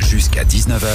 Jusqu'à 19h.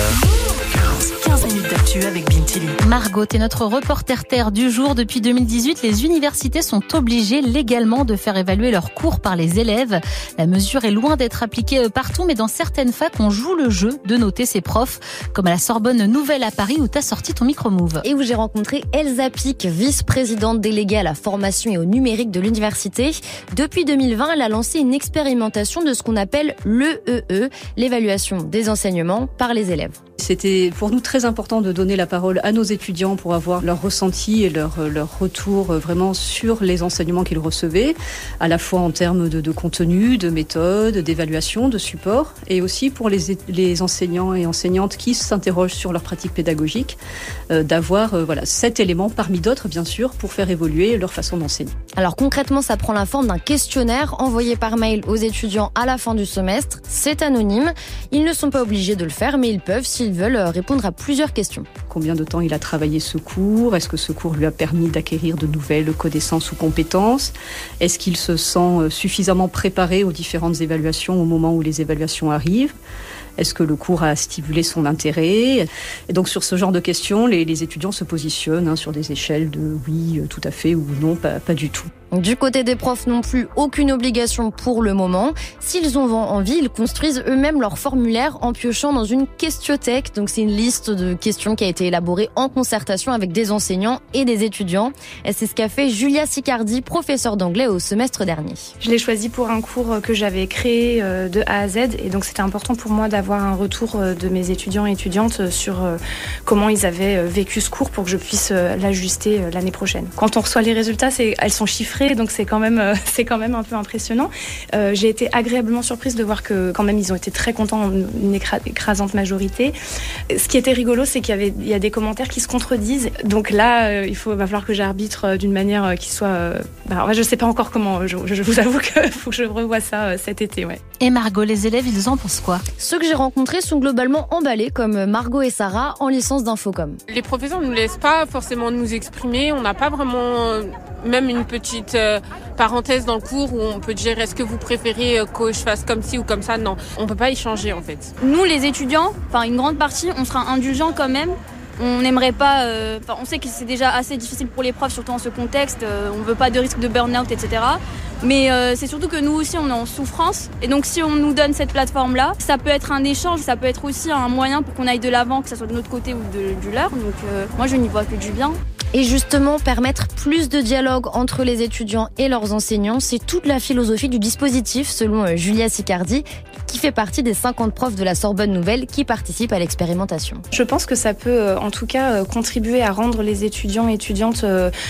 15 minutes d'actu avec Bintili. Margot, t'es notre reporter terre du jour. Depuis 2018, les universités sont obligées légalement de faire évaluer leurs cours par les élèves. La mesure est loin d'être appliquée partout, mais dans certaines facs, on joue le jeu de noter ses profs, comme à la Sorbonne Nouvelle à Paris où t'as sorti ton micro-move. Et où j'ai rencontré Elsa Pic, vice-présidente déléguée à la formation et au numérique de l'université. Depuis 2020, elle a lancé une expérimentation de ce qu'on appelle l'EEE, l'évaluation des enseignements par les élèves. C'était pour nous très important de donner la parole à nos étudiants pour avoir leur ressenti et leur retour vraiment sur les enseignements qu'ils recevaient, à la fois en termes de contenu, de méthode, d'évaluation, de support, et aussi pour les enseignants et enseignantes qui s'interrogent sur leur pratique pédagogique, d'avoir cet élément parmi d'autres bien sûr pour faire évoluer leur façon d'enseigner. Alors concrètement, ça prend la forme d'un questionnaire envoyé par mail aux étudiants à la fin du semestre. C'est anonyme. Ils ne sont pas obligés de le faire, mais ils peuvent s'ils veulent répondre à plusieurs questions. Combien de temps il a travaillé ce cours? Est-ce que ce cours lui a permis d'acquérir de nouvelles connaissances ou compétences? Est-ce qu'il se sent suffisamment préparé aux différentes évaluations au moment où les évaluations arrivent? Est-ce que le cours a stimulé son intérêt? Et donc sur ce genre de questions, les étudiants se positionnent sur des échelles de oui, tout à fait, ou non, pas du tout. Du côté des profs non plus, aucune obligation pour le moment. S'ils ont envie, ils construisent eux-mêmes leur formulaire en piochant dans une questiothèque. Donc c'est une liste de questions qui a été élaborée en concertation avec des enseignants et des étudiants. Et c'est ce qu'a fait Julia Sicardi, professeure d'anglais au semestre dernier. Je l'ai choisi pour un cours que j'avais créé de A à Z, et donc c'était important pour moi d'avoir un retour de mes étudiants et étudiantes sur comment ils avaient vécu ce cours pour que je puisse l'ajuster l'année prochaine. Quand on reçoit les résultats, elles sont chiffrées, donc c'est quand même un peu impressionnant. J'ai été agréablement surprise de voir que quand même ils ont été très contents, une écrasante majorité. Ce qui était rigolo, c'est qu'il y a des commentaires qui se contredisent. Donc là, va falloir que j'arbitre d'une manière qui soit... je sais pas encore comment. Je vous avoue qu'il faut que je revoie ça cet été. Ouais. Et Margot, les élèves, ils en pensent quoi? Ceux que j'ai rencontrés sont globalement emballés, comme Margot et Sarah en licence d'infocom. Les professeurs ne nous laissent pas forcément nous exprimer. On n'a pas vraiment même une petite parenthèse dans le cours où on peut dire est-ce que vous préférez que je fasse comme ci ou comme ça? Non, on peut pas y changer en fait. Nous les étudiants, une grande partie, on sera indulgents quand même. On n'aimerait pas... on sait que c'est déjà assez difficile pour les profs, surtout en ce contexte. On ne veut pas de risque de burn-out, etc. Mais c'est surtout que nous aussi, on est en souffrance. Et donc, si on nous donne cette plateforme-là, ça peut être un échange, ça peut être aussi un moyen pour qu'on aille de l'avant, que ce soit de notre côté ou du leur. Donc, moi, je n'y vois que du bien. Et justement, permettre plus de dialogue entre les étudiants et leurs enseignants, c'est toute la philosophie du dispositif, selon Julia Sicardi, qui fait partie des 50 profs de la Sorbonne Nouvelle qui participent à l'expérimentation. Je pense que ça peut, en tout cas, contribuer à rendre les étudiants et étudiantes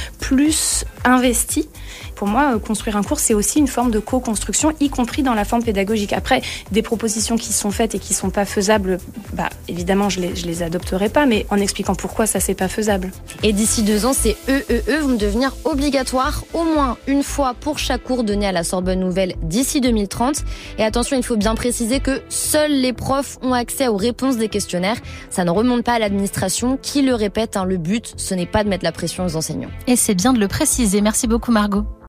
plus investis. Pour moi, construire un cours, c'est aussi une forme de co-construction, y compris dans la forme pédagogique. Après, des propositions qui sont faites et qui ne sont pas faisables, évidemment, je les adopterai pas, mais en expliquant pourquoi ça, c'est pas faisable. Et d'ici 2 ans, ces EEE vont devenir obligatoires au moins une fois pour chaque cours donné à la Sorbonne Nouvelle d'ici 2030. Et attention, il faut bien préciser que seuls les profs ont accès aux réponses des questionnaires. Ça ne remonte pas à l'administration qui le répète. Le but, ce n'est pas de mettre la pression aux enseignants. Et c'est bien de le préciser. Merci beaucoup Margot.